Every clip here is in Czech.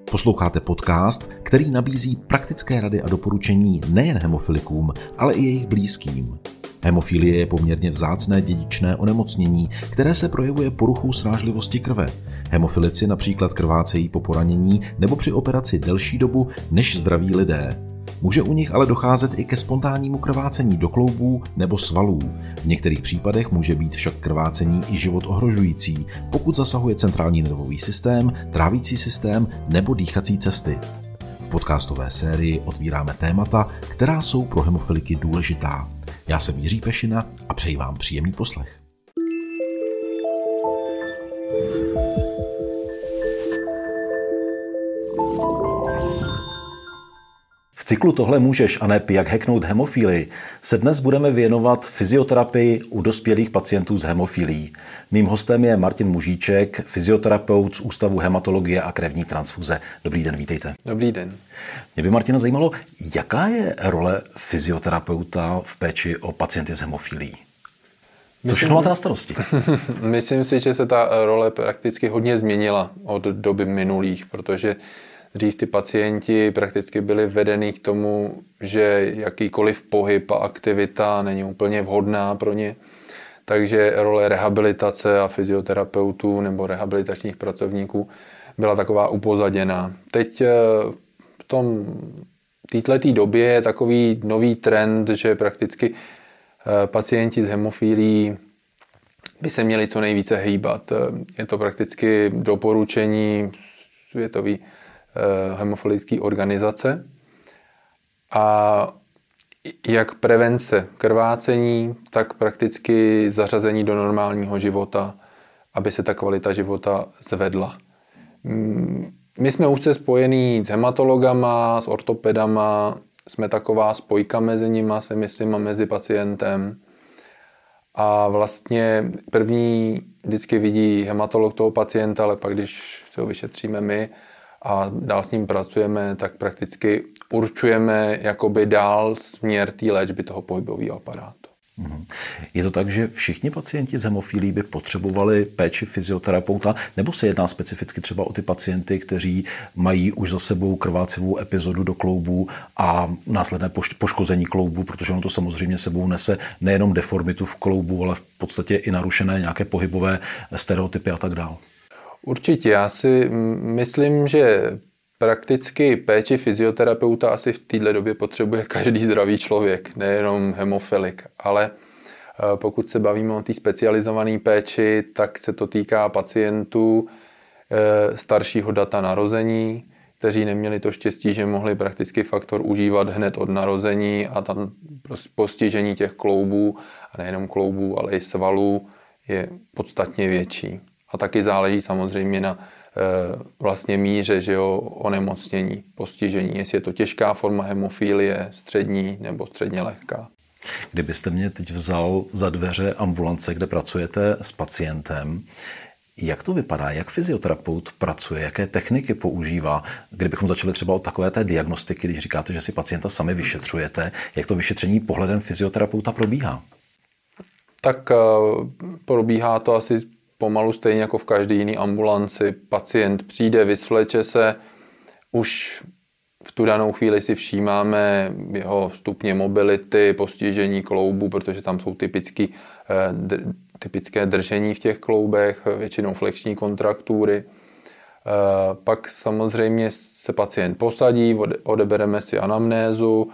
Posloucháte podcast, který nabízí praktické rady a doporučení nejen hemofilikům, ale i jejich blízkým. Hemofilie je poměrně vzácné dědičné onemocnění, které se projevuje poruchou srážlivosti krve. Hemofilici například krvácejí po poranění nebo při operaci delší dobu než zdraví lidé. Může u nich ale docházet i ke spontánnímu krvácení do kloubů nebo svalů. V některých případech může být však krvácení i život ohrožující, pokud zasahuje centrální nervový systém, trávicí systém nebo dýchací cesty. V podcastové sérii otvíráme témata, která jsou pro hemofiliky důležitá. Já jsem Jiří Pešina a přeji vám příjemný poslech. V cyklu Tohle můžeš a ne jak hacknout hemofílii se dnes budeme věnovat fyzioterapii u dospělých pacientů s hemofilií. Mým hostem je Martin Mužíček, fyzioterapeut z Ústavu hematologie a krevní transfuze. Dobrý den, vítejte. Dobrý den. Mě by, Martina, zajímalo, jaká je role fyzioterapeuta v péči o pacienty s hemofilií? Co všechno máte na starosti? Myslím si, že se ta role prakticky hodně změnila od doby minulých, protože dřív ty pacienti prakticky byli vedeni k tomu, že jakýkoliv pohyb a aktivita není úplně vhodná pro ně. Takže role rehabilitace a fyzioterapeutů nebo rehabilitačních pracovníků byla taková upozaděná. Teď v této době je takový nový trend, že prakticky pacienti s hemofilií by se měli co nejvíce hýbat. Je to prakticky doporučení světový hemofilické organizace. A jak prevence krvácení, tak prakticky zařazení do normálního života, aby se ta kvalita života zvedla. My jsme úzce spojení s hematologama, s ortopedama, jsme taková spojka mezi nima, se myslím, a mezi pacientem. A vlastně první vždycky vidí hematolog toho pacienta, ale pak, když se ho vyšetříme my a dál s ním pracujeme, tak prakticky určujeme jakoby dál směr té léčby toho pohybového aparátu. Je to tak, že všichni pacienti s hemofilií by potřebovali péči fyzioterapeuta, nebo se jedná specificky třeba o ty pacienty, kteří mají už za sebou krvácivou epizodu do kloubů a následné poškození kloubů, protože ono to samozřejmě sebou nese nejenom deformitu v kloubu, ale v podstatě i narušené nějaké pohybové stereotypy a tak dále. Určitě, já si myslím, že prakticky péči fyzioterapeuta asi v této době potřebuje každý zdravý člověk, nejenom hemofilik, ale pokud se bavíme o té specializované péči, tak se to týká pacientů staršího data narození, kteří neměli to štěstí, že mohli prakticky faktor užívat hned od narození a tam postižení těch kloubů, a nejenom kloubů, ale i svalů je podstatně větší. A taky záleží samozřejmě na vlastně míře, že jo, onemocnění, postižení, jestli je to těžká forma hemofilie, střední nebo středně lehká. Kdybyste mě teď vzal za dveře ambulance, kde pracujete s pacientem, jak to vypadá? Jak fyzioterapeut pracuje? Jaké techniky používá? Kdybychom začali třeba od takové té diagnostiky, když říkáte, že si pacienta sami vyšetřujete, jak to vyšetření pohledem fyzioterapeuta probíhá? Tak probíhá to asi pomalu stejně jako v každé jiné ambulanci. Pacient přijde, vysvleče se, už v tu danou chvíli si všímáme jeho stupně mobility, postižení kloubů, protože tam jsou typické držení v těch kloubech, většinou flexní kontraktury. Pak samozřejmě se pacient posadí, odebereme si anamnézu,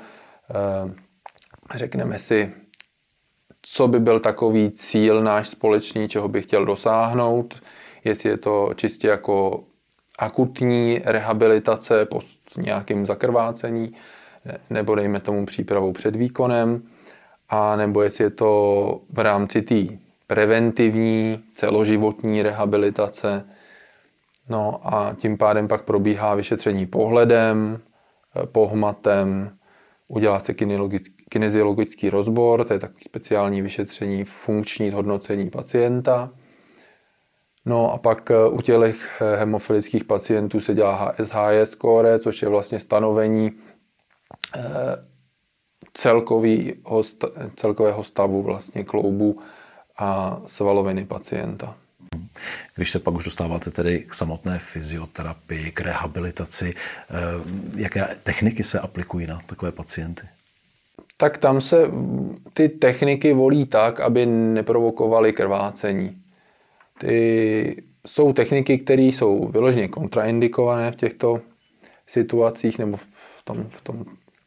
řekneme si, co by byl takový cíl náš společný, čeho by chtěl dosáhnout, jestli je to čistě jako akutní rehabilitace po nějakém zakrvácení, nebo dejme tomu přípravou před výkonem, a nebo jestli je to v rámci té preventivní, celoživotní rehabilitace. No a tím pádem pak probíhá vyšetření pohledem, pohmatem, udělá se kineziologický rozbor, to je takový speciální vyšetření funkční zhodnocení pacienta. No a pak u těch hemofilických pacientů se dělá HSH score, což je vlastně stanovení celkového stavu vlastně kloubu a svaloviny pacienta. Když se pak už dostáváte tedy k samotné fyzioterapii, k rehabilitaci, jaké techniky se aplikují na takové pacienty? Tak tam se ty techniky volí tak, aby neprovokovaly krvácení. Jsou techniky, které jsou vyloženě kontraindikované v těchto situacích nebo v tom.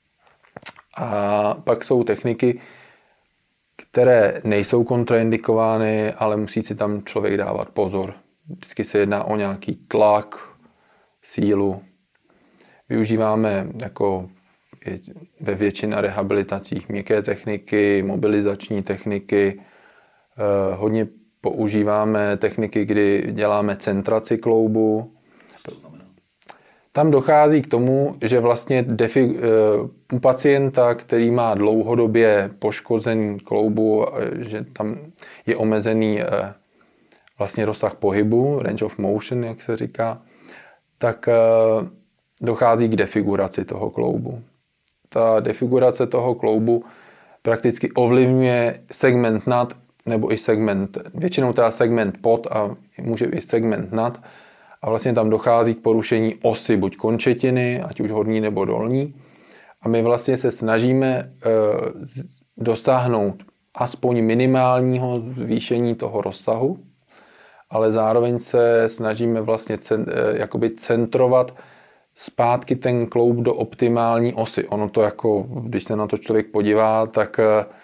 A pak jsou techniky, které nejsou kontraindikovány, ale musí si tam člověk dávat pozor. Vždycky se jedná o nějaký tlak, sílu. Využíváme jako ve většině rehabilitacích měkké techniky, mobilizační techniky. Hodně používáme techniky, kdy děláme centraci kloubu. Co to znamená? Tam dochází k tomu, že vlastně u pacienta, který má dlouhodobě poškozený kloubu, že tam je omezený vlastně rozsah pohybu, range of motion, jak se říká, tak dochází k defiguraci toho kloubu. Ta defigurace toho kloubu prakticky ovlivňuje segment nad nebo i segment, většinou teda segment pod a může i segment nad. A vlastně tam dochází k porušení osy buď končetiny, ať už horní nebo dolní. A my vlastně se snažíme dosáhnout aspoň minimálního zvýšení toho rozsahu, ale zároveň se snažíme vlastně jakoby centrovat zpátky ten kloub do optimální osy. Ono to jako, když se na to člověk podívá, tak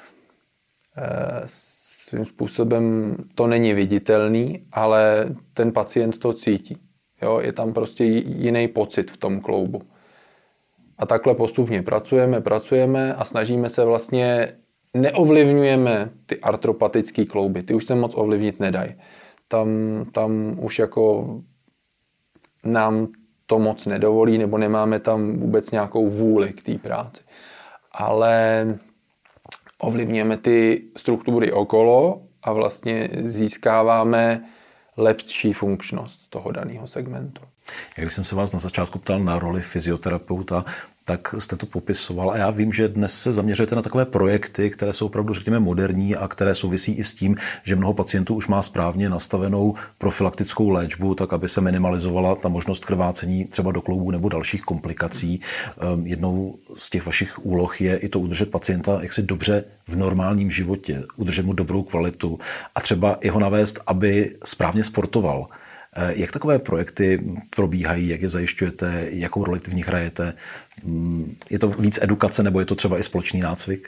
svým způsobem to není viditelný, ale ten pacient to cítí. Jo? Je tam prostě jiný pocit v tom kloubu. A takhle postupně pracujeme a snažíme se vlastně, neovlivňujeme ty artropatické klouby. Ty už se moc ovlivnit nedají. Tam už jako nám to moc nedovolí, nebo nemáme tam vůbec nějakou vůli k té práci. Ale ovlivňujeme ty struktury okolo a vlastně získáváme lepší funkčnost toho daného segmentu. Když jsem se vás na začátku ptal na roli fyzioterapeuta, tak jste to popisoval a já vím, že dnes se zaměřujete na takové projekty, které jsou opravdu, řekněme, moderní a které souvisí i s tím, že mnoho pacientů už má správně nastavenou profilaktickou léčbu, tak aby se minimalizovala ta možnost krvácení třeba do kloubů nebo dalších komplikací. Jednou z těch vašich úloh je i to udržet pacienta jaksi dobře v normálním životě, udržet mu dobrou kvalitu a třeba jeho navést, aby správně sportoval. Jak takové projekty probíhají, jak je zajišťujete, jakou roli v nich hrajete? Je to víc edukace nebo je to třeba i společný nácvik?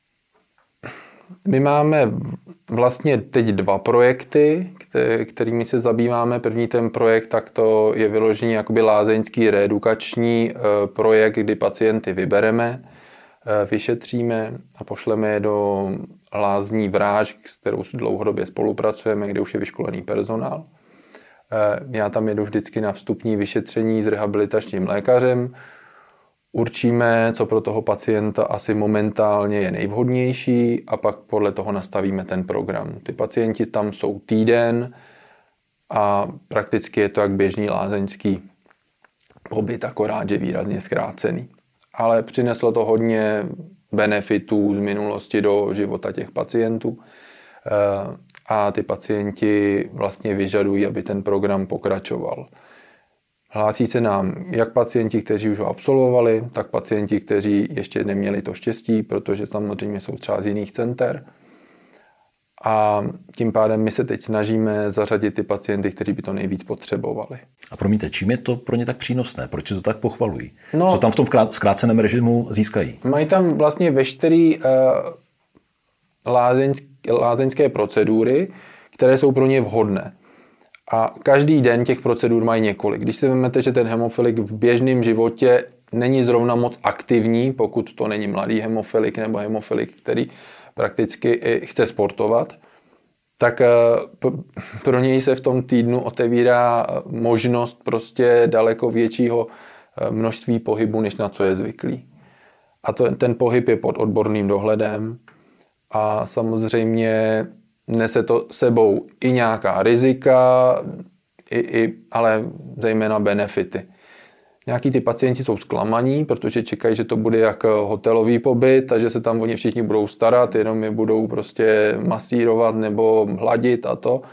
My máme vlastně teď 2 projekty, kterými se zabýváme. První ten projekt, tak to je vyložený jakoby lázeňský reedukační projekt, kdy pacienty vybereme, vyšetříme a pošleme je do lázní Vráž, s kterou dlouhodobě spolupracujeme, kde už je vyškolený personál. Já tam jedu vždycky na vstupní vyšetření s rehabilitačním lékařem. Určíme, co pro toho pacienta asi momentálně je nejvhodnější a pak podle toho nastavíme ten program. Ty pacienti tam jsou týden a prakticky je to jak běžný lázeňský pobyt, akorát, že výrazně zkrácený. Ale přineslo to hodně benefitů z minulosti do života těch pacientů. A ty pacienti vlastně vyžadují, aby ten program pokračoval. Hlásí se nám jak pacienti, kteří už ho absolvovali, tak pacienti, kteří ještě neměli to štěstí, protože samozřejmě jsou třeba z jiných center. A tím pádem my se teď snažíme zařadit ty pacienty, kteří by to nejvíc potřebovali. A promiňte, čím je to pro ně tak přínosné? Proč si to tak pochvalují? Co tam v tom zkráceném režimu získají? Mají tam vlastně veškeré lázeňské procedury, které jsou pro ně vhodné. A každý den těch procedur mají několik. Když si vezmete, že ten hemofilik v běžném životě není zrovna moc aktivní, pokud to není mladý hemofilik nebo hemofilik, který prakticky chce sportovat, tak pro něj se v tom týdnu otevírá možnost prostě daleko většího množství pohybu, než na co je zvyklý. A ten pohyb je pod odborným dohledem a samozřejmě nese to sebou i nějaká rizika, ale zejména benefity. Nějaký ty pacienti jsou zklamaní, protože čekají, že to bude jak hotelový pobyt a že se tam oni všichni budou starat, jenom je budou prostě masírovat nebo hladit a to.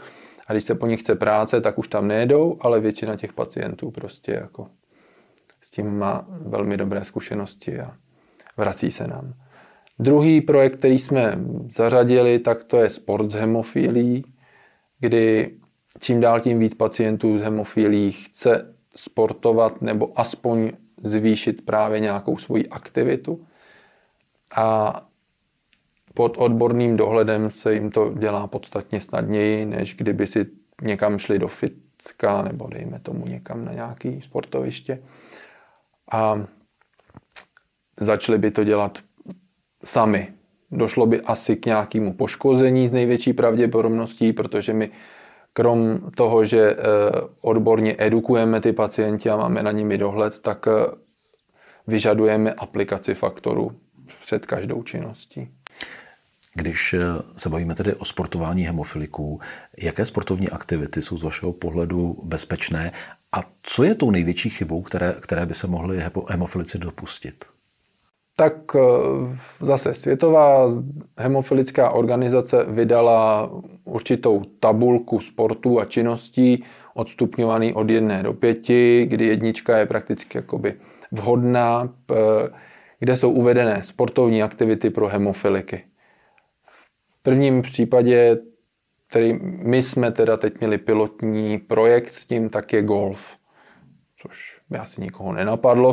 A když se po nich chce práce, tak už tam nejedou, ale většina těch pacientů prostě jako s tím má velmi dobré zkušenosti a vrací se nám. Druhý projekt, který jsme zařadili, tak to je sport s hemofilií, kdy čím dál tím víc pacientů s hemofilií chce sportovat nebo aspoň zvýšit právě nějakou svoji aktivitu. A pod odborným dohledem se jim to dělá podstatně snadněji, než kdyby si někam šli do fitka nebo dejme tomu někam na nějaké sportoviště. A začali by to dělat sami. Došlo by asi k nějakému poškození s největší pravděpodobností, protože my krom toho, že odborně edukujeme ty pacienti a máme na nimi dohled, tak vyžadujeme aplikaci faktorů před každou činností. Když se bavíme tedy o sportování hemofiliků, jaké sportovní aktivity jsou z vašeho pohledu bezpečné a co je tou největší chybou, které by se mohli hemofilici dopustit? Tak zase Světová hemofilická organizace vydala určitou tabulku sportů a činností odstupňovaný od 1 do 5, kdy 1 je prakticky jakoby vhodná, kde jsou uvedené sportovní aktivity pro hemofiliky. V prvním případě, který my jsme teda teď měli pilotní projekt s tím, tak je golf. Což by asi nikoho nenapadlo,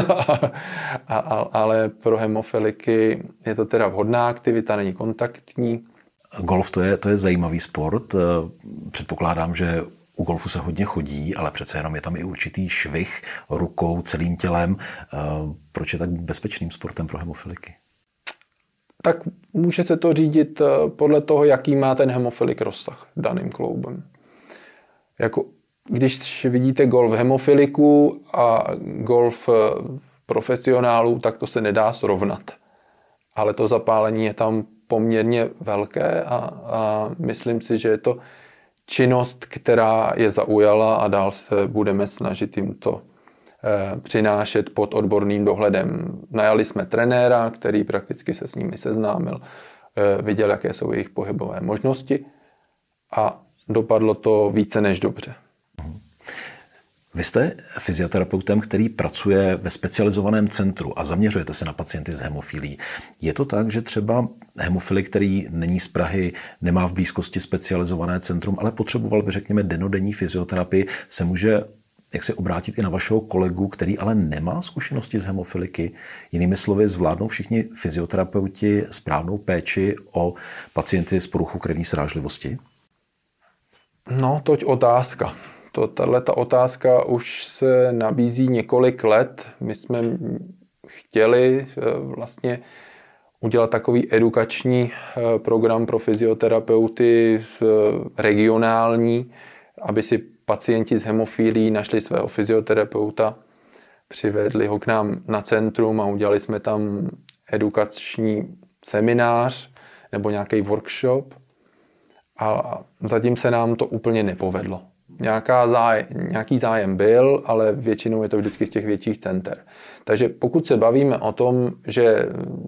ale pro hemofiliky je to teda vhodná aktivita, není kontaktní. Golf to je zajímavý sport. Předpokládám, že u golfu se hodně chodí, ale přece jenom je tam i určitý švih rukou, celým tělem. Proč je tak bezpečným sportem pro hemofiliky? Tak může se to řídit podle toho, jaký má ten hemofilik rozsah daným kloubem. Jako když vidíte golf hemofiliku a golf profesionálů, tak to se nedá srovnat. Ale to zapálení je tam poměrně velké a myslím si, že je to činnost, která je zaujala a dál se budeme snažit jim to přinášet pod odborným dohledem. Najali jsme trenéra, který prakticky se s nimi seznámil, viděl, jaké jsou jejich pohybové možnosti a dopadlo to více než dobře. Vy jste fyzioterapeutem, který pracuje ve specializovaném centru a zaměřujete se na pacienty s hemofilií. Je to tak, že třeba hemofilik, který není z Prahy, nemá v blízkosti specializované centrum, ale potřeboval by, řekněme, dennodenní fyzioterapii, se může jak se obrátit i na vašeho kolegu, který ale nemá zkušenosti s hemofiliky? Jinými slovy, zvládnou všichni fyzioterapeuti správnou péči o pacienty s poruchou krevní srážlivosti? No, toť otázka. Tato otázka už se nabízí několik let. My jsme chtěli vlastně udělat takový edukační program pro fyzioterapeuty regionální, aby si pacienti s hemofilií našli svého fyzioterapeuta, přivedli ho k nám na centrum a udělali jsme tam edukační seminář nebo nějaký workshop a zatím se nám to úplně nepovedlo. Nějaký zájem byl, ale většinou je to vždycky z těch větších center. Takže pokud se bavíme o tom, že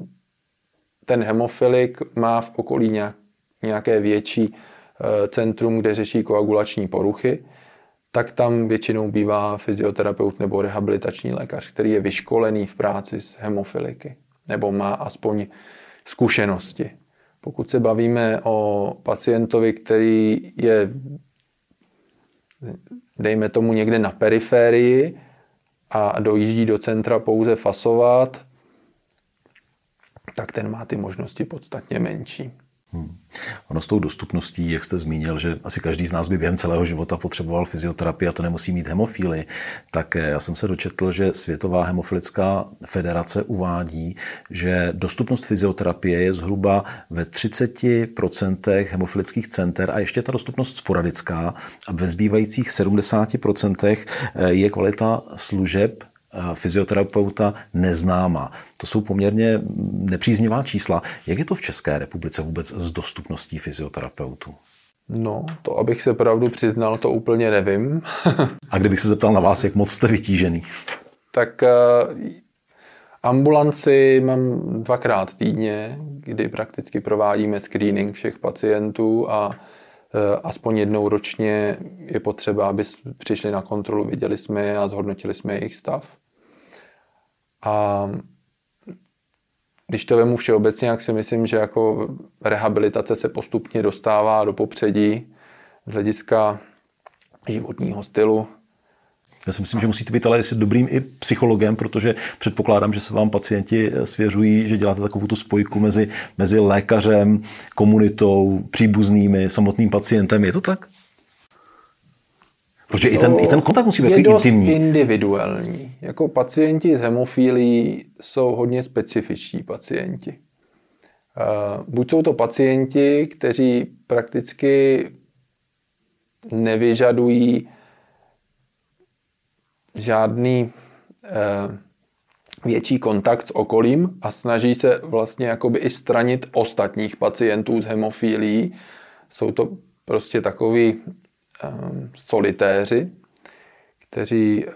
ten hemofilik má v okolí nějaké větší centrum, kde řeší koagulační poruchy, tak tam většinou bývá fyzioterapeut nebo rehabilitační lékař, který je vyškolený v práci s hemofiliky nebo má aspoň zkušenosti. Pokud se bavíme o pacientovi, který je, dejme tomu, někde na periférii a dojíždí do centra pouze fasovat, tak ten má ty možnosti podstatně menší. Ono s tou dostupností, jak jste zmínil, že asi každý z nás by během celého života potřeboval fyzioterapii a to nemusí mít hemofílii, tak já jsem se dočetl, že Světová hemofilická federace uvádí, že dostupnost fyzioterapie je zhruba ve 30% hemofilických center a ještě ta dostupnost sporadická a ve zbývajících 70% je kvalita služeb fyzioterapeuta neznámá. To jsou poměrně nepříznivá čísla. Jak je to v České republice vůbec s dostupností fyzioterapeutů? No, to abych se pravdu přiznal, to úplně nevím. A kdybych se zeptal na vás, jak moc jste vytížený? Tak ambulanci mám 2krát týdně, kdy prakticky provádíme screening všech pacientů a aspoň jednou ročně je potřeba, aby přišli na kontrolu, viděli jsme je a zhodnotili jsme jejich stav. A když to vemu všeobecně, jak si myslím, že jako rehabilitace se postupně dostává do popředí z hlediska životního stylu. Já si myslím, že musíte být ale dobrým i psychologem, protože předpokládám, že se vám pacienti svěřují, že děláte takovou tu spojku mezi lékařem, komunitou, příbuznými, samotným pacientem. Je to tak? Protože i ten kontakt musí být intimní. Je dost individuální. Jako pacienti s hemofilií jsou hodně specifičtí pacienti. Buď jsou to pacienti, kteří prakticky nevyžadují žádný větší kontakt s okolím a snaží se vlastně jakoby i stranit ostatních pacientů s hemofilií. Jsou to prostě takoví solitéři, kteří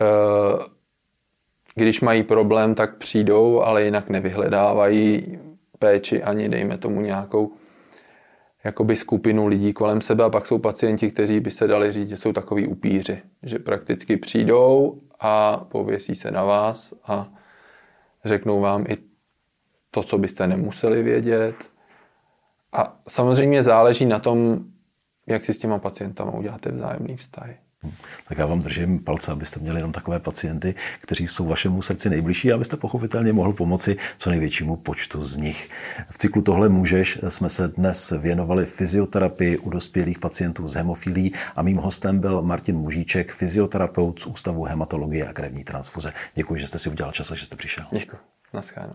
když mají problém, tak přijdou, ale jinak nevyhledávají péči ani dejme tomu nějakou jakoby skupinu lidí kolem sebe. A pak jsou pacienti, kteří by se dali říct, že jsou takový upíři, že prakticky přijdou a pověsí se na vás a řeknou vám i to, co byste nemuseli vědět. A samozřejmě záleží na tom, jak si s těma pacientama uděláte vzájemný vztahy. Tak já vám držím palce, abyste měli jenom takové pacienty, kteří jsou vašemu srdci nejbližší a abyste pochopitelně mohl pomoci co největšímu počtu z nich. V cyklu Tohle můžeš jsme se dnes věnovali fyzioterapii u dospělých pacientů s hemofilií a mým hostem byl Martin Mužíček, fyzioterapeut z Ústavu hematologie a krevní transfuze. Děkuji, že jste si udělal čas a že jste přišel. Děkuji. Naschledanou.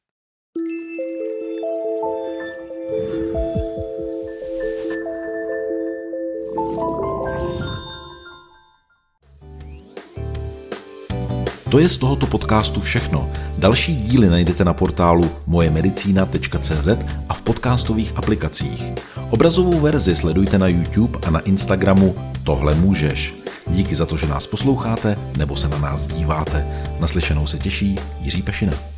To je z tohoto podcastu všechno. Další díly najdete na portálu mojemedicina.cz a v podcastových aplikacích. Obrazovou verzi sledujte na YouTube a na Instagramu Tohle můžeš. Díky za to, že nás posloucháte nebo se na nás díváte. Naslyšenou se těší Jiří Pešina.